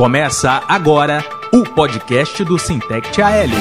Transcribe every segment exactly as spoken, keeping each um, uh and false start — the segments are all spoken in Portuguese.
Começa agora o podcast do Sintect A L.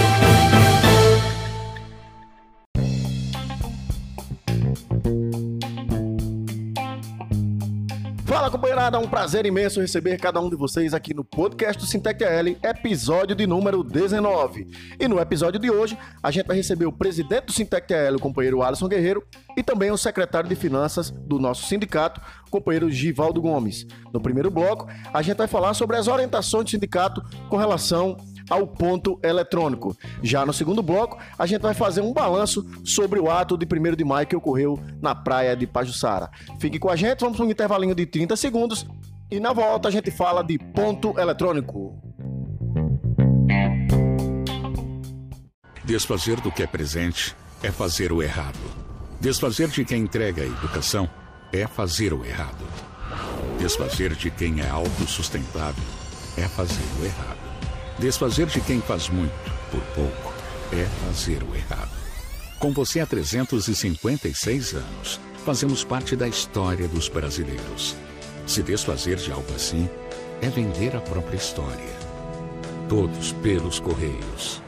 Fala, companheirada, é um prazer imenso receber cada um de vocês aqui no podcast do Sintect A L, episódio de número dezenove. E no episódio de hoje, a gente vai receber o presidente do Sintect A L, o companheiro Alisson Guerreiro, e também o secretário de Finanças do nosso sindicato, o companheiro Givaldo Gomes. No primeiro bloco, a gente vai falar sobre as orientações do sindicato com relação ao ponto eletrônico. Já no segundo bloco, a gente vai fazer um balanço sobre o ato de primeiro de maio que ocorreu na praia de Pajuçara. Fique com a gente, vamos para um intervalinho de trinta segundos e na volta a gente fala de ponto eletrônico. Desfazer do que é presente é fazer o errado. Desfazer de quem entrega a educação é fazer o errado. Desfazer de quem é autossustentável é fazer o errado. Desfazer de quem faz muito, por pouco, é fazer o errado. Com você há trezentos e cinquenta e seis anos, fazemos parte da história dos brasileiros. Se desfazer de algo assim, é vender a própria história. Todos pelos Correios.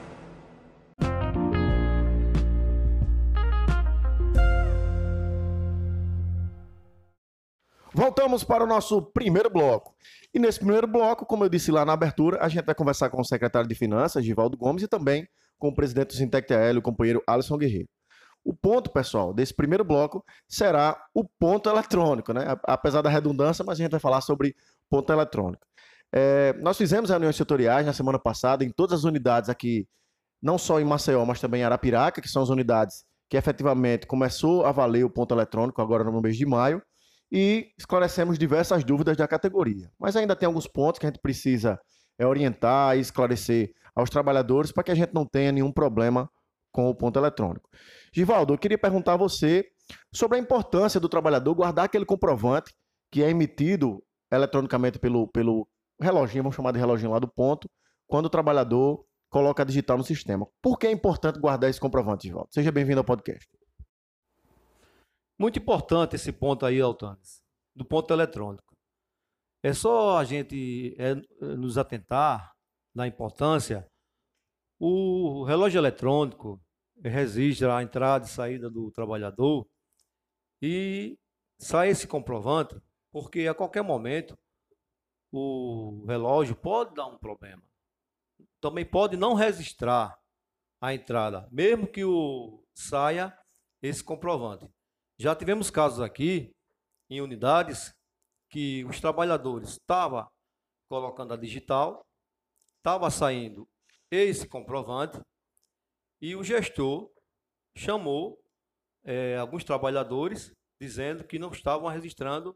Voltamos para o nosso primeiro bloco. E nesse primeiro bloco, como eu disse lá na abertura, a gente vai conversar com o secretário de Finanças, Givaldo Gomes, e também com o presidente do Sintect A L, o companheiro Alisson Guerreiro. O ponto, pessoal, desse primeiro bloco será o ponto eletrônico, né? Apesar da redundância, mas a gente vai falar sobre ponto eletrônico. É, nós fizemos reuniões setoriais na semana passada em todas as unidades aqui, não só em Maceió, mas também em Arapiraca, que são as unidades que efetivamente começou a valer o ponto eletrônico agora no mês de maio. E esclarecemos diversas dúvidas da categoria. Mas ainda tem alguns pontos que a gente precisa é, orientar e esclarecer aos trabalhadores para que a gente não tenha nenhum problema com o ponto eletrônico. Givaldo, eu queria perguntar a você sobre a importância do trabalhador guardar aquele comprovante que é emitido eletronicamente pelo, pelo reloginho, vamos chamar de reloginho lá do ponto, quando o trabalhador coloca a digital no sistema. Por que é importante guardar esse comprovante, Givaldo? Seja bem-vindo ao podcast. Muito importante esse ponto aí, Altanes, do ponto eletrônico. É só a gente é, nos atentar na importância. O relógio eletrônico registra a entrada e saída do trabalhador e sai esse comprovante, porque a qualquer momento o relógio pode dar um problema. Também pode não registrar a entrada, mesmo que o saia esse comprovante. Já tivemos casos aqui, em unidades, que os trabalhadores estavam colocando a digital, estava saindo esse comprovante, e o gestor chamou é, alguns trabalhadores, dizendo que não estavam registrando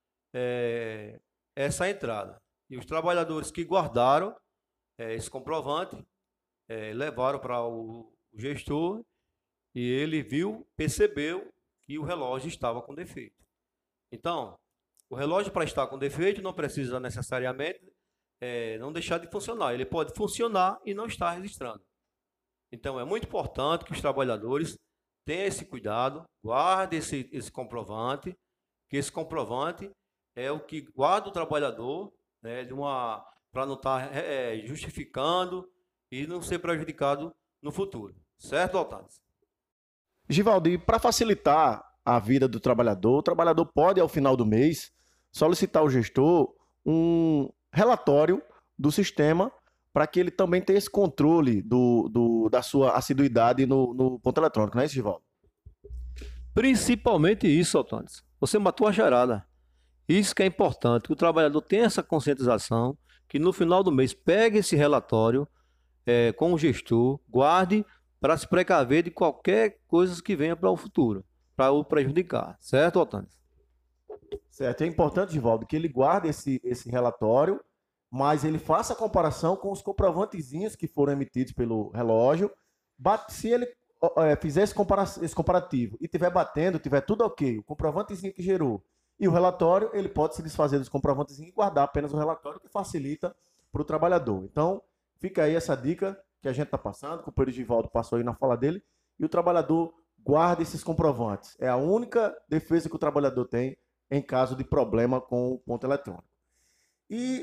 é, essa entrada. E os trabalhadores que guardaram é, esse comprovante, é, levaram para o, o gestor, e ele viu, percebeu, e o relógio estava com defeito. Então, o relógio, para estar com defeito, não precisa necessariamente é, não deixar de funcionar. Ele pode funcionar e não estar registrando. Então, é muito importante que os trabalhadores tenham esse cuidado, guardem esse, esse comprovante, que esse comprovante é o que guarda o trabalhador, né, de uma, para não estar é, justificando e não ser prejudicado no futuro. Certo, Altanes? Givaldo, e para facilitar a vida do trabalhador, o trabalhador pode, ao final do mês, solicitar ao gestor um relatório do sistema para que ele também tenha esse controle do, do, da sua assiduidade no, no ponto eletrônico, não é isso, Givaldo? Principalmente isso, Altanes. Você matou a charada. Isso que é importante, que o trabalhador tenha essa conscientização, que no final do mês pegue esse relatório é, com o gestor, guarde, para se precaver de qualquer coisa que venha para o futuro, para o prejudicar. Certo, Altanes? Certo. É importante, Givaldo, que ele guarde esse, esse relatório, mas ele faça a comparação com os comprovantezinhos que foram emitidos pelo relógio. Se ele é, fizer esse, compara esse comparativo e estiver batendo, tiver tudo ok, o comprovantezinho que gerou e o relatório, ele pode se desfazer dos comprovantezinhos e guardar apenas o relatório, que facilita para o trabalhador. Então, fica aí essa dica que a gente está passando, que o companheiro Givaldo passou aí na fala dele, e o trabalhador guarda esses comprovantes. É a única defesa que o trabalhador tem em caso de problema com o ponto eletrônico. E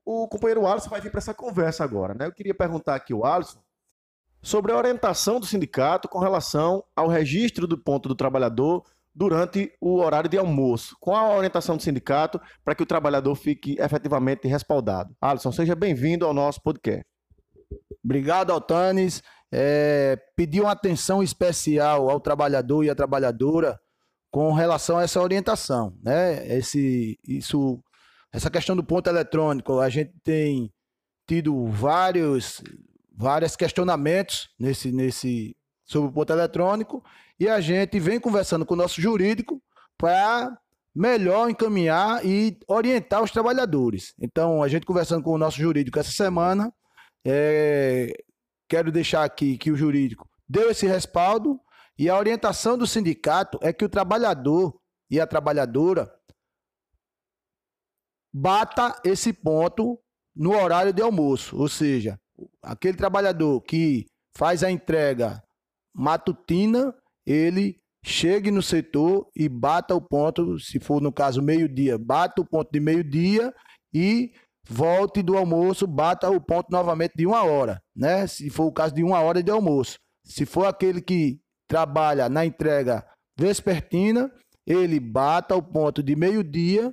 o companheiro Alisson vai vir para essa conversa agora, né? Eu queria perguntar aqui ao Alisson sobre a orientação do sindicato com relação ao registro do ponto do trabalhador durante o horário de almoço. Qual a orientação do sindicato para que o trabalhador fique efetivamente respaldado? Alisson, seja bem-vindo ao nosso podcast. Obrigado, Altanes. É, pedir uma atenção especial ao trabalhador e à trabalhadora com relação a essa orientação, né? Esse, isso, essa questão do ponto eletrônico, a gente tem tido vários, vários questionamentos nesse, nesse, sobre o ponto eletrônico e a gente vem conversando com o nosso jurídico para melhor encaminhar e orientar os trabalhadores. Então, a gente conversando com o nosso jurídico essa semana, é, quero deixar aqui que o jurídico deu esse respaldo e a orientação do sindicato é que o trabalhador e a trabalhadora bata esse ponto no horário de almoço, ou seja, aquele trabalhador que faz a entrega matutina, ele chegue no setor e bata o ponto, se for no caso meio-dia, bata o ponto de meio-dia e volte do almoço, bata o ponto novamente de uma hora, né? Se for o caso de uma hora de almoço. Se for aquele que trabalha na entrega vespertina, ele bata o ponto de meio-dia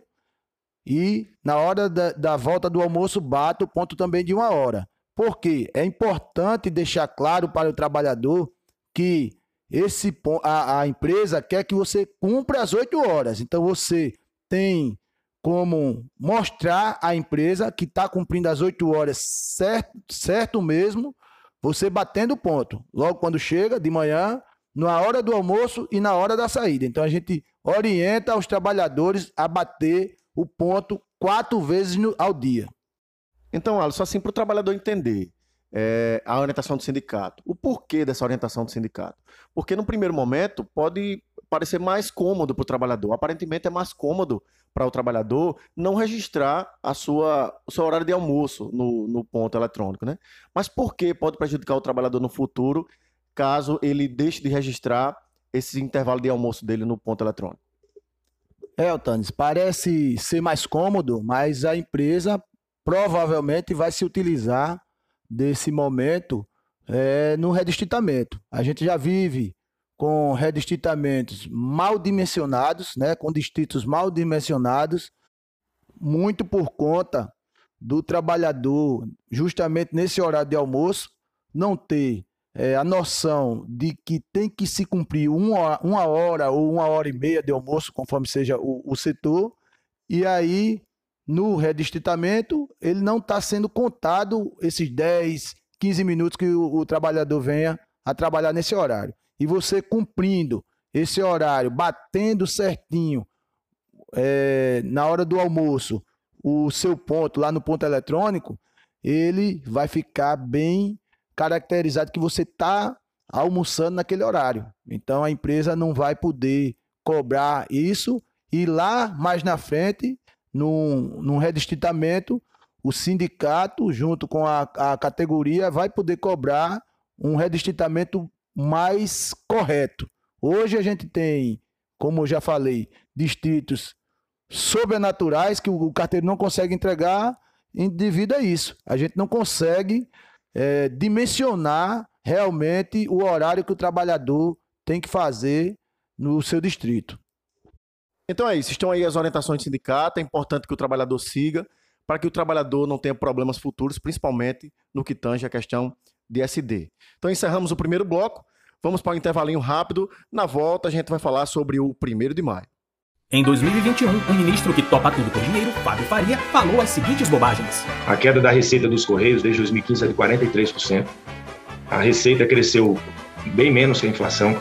e na hora da, da volta do almoço bata o ponto também de uma hora. Por quê? É importante deixar claro para o trabalhador que esse, a, a empresa quer que você cumpra as oito horas. Então você tem como mostrar à empresa que está cumprindo as oito horas certo, certo mesmo, você batendo o ponto. Logo quando chega, de manhã, na hora do almoço e na hora da saída. Então a gente orienta os trabalhadores a bater o ponto quatro vezes no, ao dia. Então, Alisson, assim para o trabalhador entender é, a orientação do sindicato, o porquê dessa orientação do sindicato. Porque no primeiro momento pode parecer mais cômodo para o trabalhador. Aparentemente é mais cômodo para o trabalhador não registrar a sua, o seu horário de almoço no, no ponto eletrônico, né? Mas por que pode prejudicar o trabalhador no futuro caso ele deixe de registrar esse intervalo de almoço dele no ponto eletrônico? É, Altanes, parece ser mais cômodo, mas a empresa provavelmente vai se utilizar desse momento é, no redistritamento. A gente já vive com redistritamentos mal dimensionados, né, com distritos mal dimensionados, muito por conta do trabalhador, justamente nesse horário de almoço, não ter é, a noção de que tem que se cumprir uma, uma hora ou uma hora e meia de almoço, conforme seja o, o setor, e aí no redistritamento ele não está sendo contado esses dez, quinze minutos que o, o trabalhador venha a trabalhar nesse horário. E você cumprindo esse horário, batendo certinho é, na hora do almoço, o seu ponto lá no ponto eletrônico, ele vai ficar bem caracterizado que você está almoçando naquele horário. Então a empresa não vai poder cobrar isso e lá mais na frente, no, no redistritamento, o sindicato, junto com a, a categoria, vai poder cobrar um redistritamento mais correto. Hoje a gente tem, como eu já falei, distritos sobrenaturais que o carteiro não consegue entregar devido a isso. A gente não consegue é, dimensionar realmente o horário que o trabalhador tem que fazer no seu distrito. Então é isso, estão aí as orientações do sindicato, é importante que o trabalhador siga, para que o trabalhador não tenha problemas futuros, principalmente no que tange a questão de S D. Então encerramos o primeiro bloco, vamos para um intervalinho rápido, na volta a gente vai falar sobre o primeiro de maio. Em dois mil e vinte e um, o ministro que topa tudo por dinheiro, Fábio Faria, falou as seguintes bobagens. A queda da receita dos Correios desde dois mil e quinze é de quarenta e três por cento. A receita cresceu bem menos que a inflação.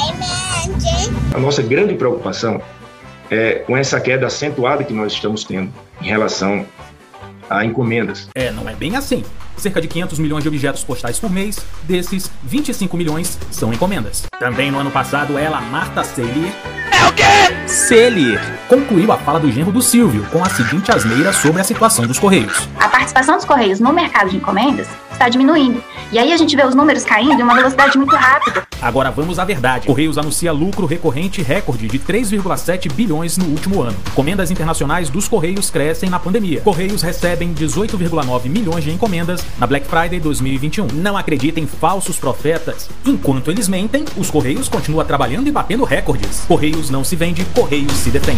A nossa grande preocupação é com essa queda acentuada que nós estamos tendo em relação a encomendas. É, não é bem assim. Cerca de quinhentos milhões de objetos postais por mês, desses, vinte e cinco milhões são encomendas. Também no ano passado, ela, Marta Seili... É o quê? Selir concluiu a fala do genro do Silvio com a seguinte asneira sobre a situação dos Correios. A participação dos Correios no mercado de encomendas está diminuindo. E aí a gente vê os números caindo em uma velocidade muito rápida. Agora vamos à verdade. Correios anuncia lucro recorrente recorde de três vírgula sete bilhões no último ano. Encomendas internacionais dos Correios crescem na pandemia. Correios recebem dezoito vírgula nove milhões de encomendas na Black Friday dois mil e vinte e um. Não acreditem em falsos profetas. Enquanto eles mentem, os Correios continuam trabalhando e batendo recordes. Correios não se vende, Correios se defende.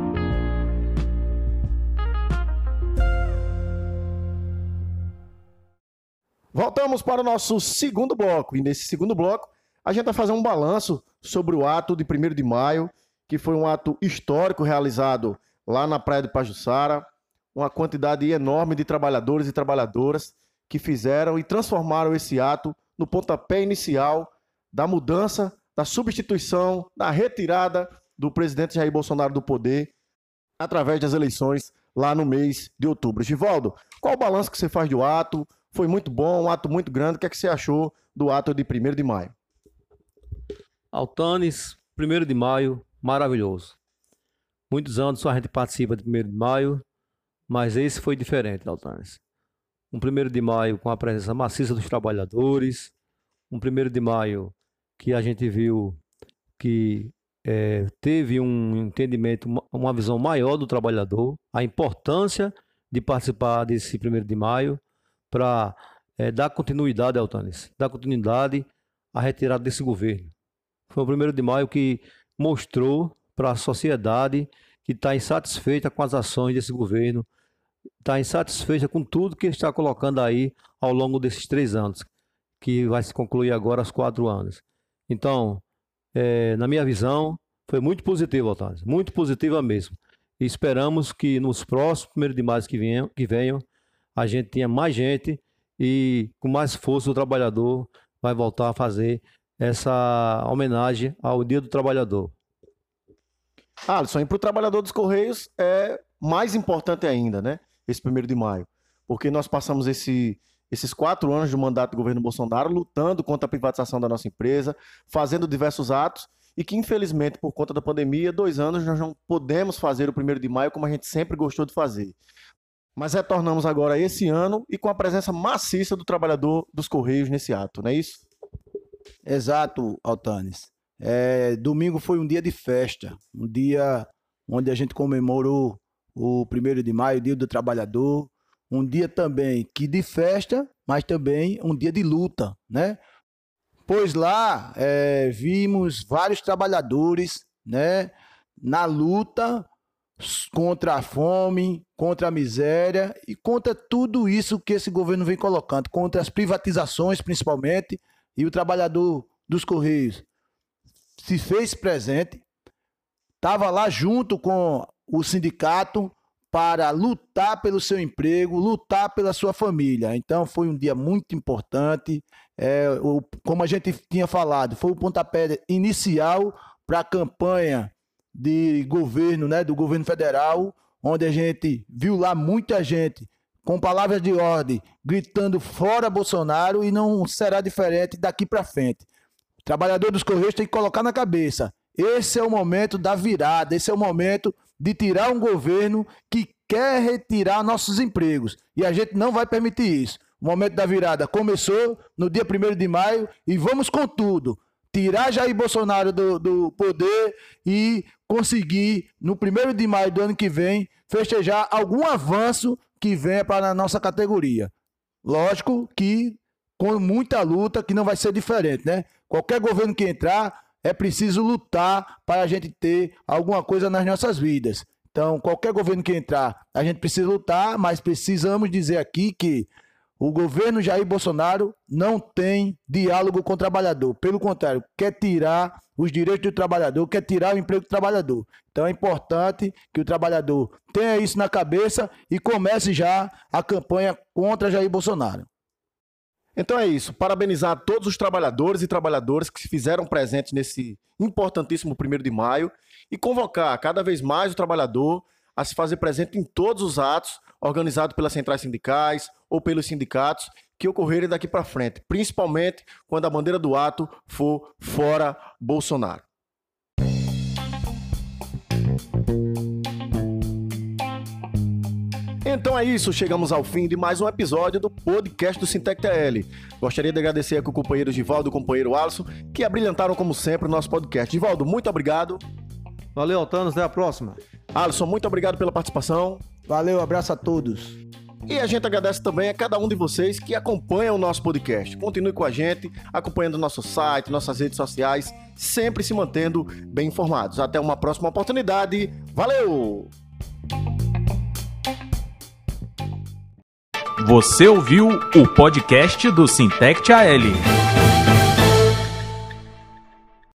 Voltamos para o nosso segundo bloco, e nesse segundo bloco a gente vai fazer um balanço sobre o ato de primeiro de maio, que foi um ato histórico realizado lá na Praia de Pajuçara, uma quantidade enorme de trabalhadores e trabalhadoras que fizeram e transformaram esse ato no pontapé inicial da mudança, da substituição, da retirada do presidente Jair Bolsonaro do poder através das eleições lá no mês de outubro. Givaldo, qual o balanço que você faz do ato? Foi muito bom, um ato muito grande. O que é que você achou do ato de primeiro de maio? Altanes, primeiro de maio, maravilhoso. Muitos anos só a gente participa de primeiro de maio, mas esse foi diferente, Altanes. Um primeiro de maio com a presença maciça dos trabalhadores, um primeiro de maio que a gente viu que é, teve um entendimento, uma, uma visão maior do trabalhador, a importância de participar desse primeiro de maio, para é, dar continuidade, Altanes, dar continuidade à retirada desse governo. Foi o primeiro de maio que mostrou para a sociedade que está insatisfeita com as ações desse governo, está insatisfeita com tudo que ele está colocando aí ao longo desses três anos, que vai se concluir agora aos quatro anos. Então, é, na minha visão, foi muito positivo, Altanes, muito positiva mesmo. E esperamos que nos próximos primeiros de maio que venham, que venham a gente tenha mais gente e com mais força o trabalhador vai voltar a fazer essa homenagem ao Dia do Trabalhador. Alisson, e para o trabalhador dos Correios é mais importante ainda, né? Esse primeiro de maio. Porque nós passamos esse, esses quatro anos de mandato do governo Bolsonaro lutando contra a privatização da nossa empresa, fazendo diversos atos e que, infelizmente, por conta da pandemia, dois anos nós não podemos fazer o primeiro de maio como a gente sempre gostou de fazer. Mas retornamos agora esse ano e com a presença maciça do trabalhador dos Correios nesse ato, não é isso? Exato, Altanes. É, domingo foi um dia de festa, um dia onde a gente comemorou o primeiro de maio, o Dia do Trabalhador, um dia também que de festa, mas também um dia de luta, né? Pois lá é, vimos vários trabalhadores, né, na luta contra a fome, contra a miséria e contra tudo isso que esse governo vem colocando, contra as privatizações principalmente, e o trabalhador dos Correios se fez presente, estava lá junto com o sindicato para lutar pelo seu emprego, lutar pela sua família. Então foi um dia muito importante, é, o, como a gente tinha falado, foi o pontapé inicial para a campanha de governo, né, do governo federal, onde a gente viu lá muita gente com palavras de ordem, gritando fora Bolsonaro, e não será diferente daqui para frente. O trabalhador dos Correios tem que colocar na cabeça, esse é o momento da virada, esse é o momento de tirar um governo que quer retirar nossos empregos, e a gente não vai permitir isso. O momento da virada começou no dia primeiro de maio, e vamos com tudo. Tirar Jair Bolsonaro do, do poder e conseguir, no primeiro de maio do ano que vem, festejar algum avanço que venha para a nossa categoria. Lógico que com muita luta, que não vai ser diferente, né? Qualquer governo que entrar, é preciso lutar para a gente ter alguma coisa nas nossas vidas. Então, qualquer governo que entrar, a gente precisa lutar, mas precisamos dizer aqui que o governo Jair Bolsonaro não tem diálogo com o trabalhador. Pelo contrário, quer tirar os direitos do trabalhador, quer tirar o emprego do trabalhador. Então é importante que o trabalhador tenha isso na cabeça e comece já a campanha contra Jair Bolsonaro. Então é isso. Parabenizar todos os trabalhadores e trabalhadoras que se fizeram presentes nesse importantíssimo primeiro de maio e convocar cada vez mais o trabalhador a se fazer presente em todos os atos organizados pelas centrais sindicais ou pelos sindicatos que ocorrerem daqui para frente, principalmente quando a bandeira do ato for fora Bolsonaro. Então é isso, chegamos ao fim de mais um episódio do podcast do Sintec T L. Gostaria de agradecer aqui o companheiro Givaldo e o companheiro Alisson, que abrilhantaram como sempre o nosso podcast. Givaldo, muito obrigado. Valeu, Altanos, até a próxima. Alisson, muito obrigado pela participação. Valeu, abraço a todos. E a gente agradece também a cada um de vocês que acompanha o nosso podcast. Continue com a gente, acompanhando nosso site, nossas redes sociais, sempre se mantendo bem informados. Até uma próxima oportunidade. Valeu! Você ouviu o podcast do Sintec T L.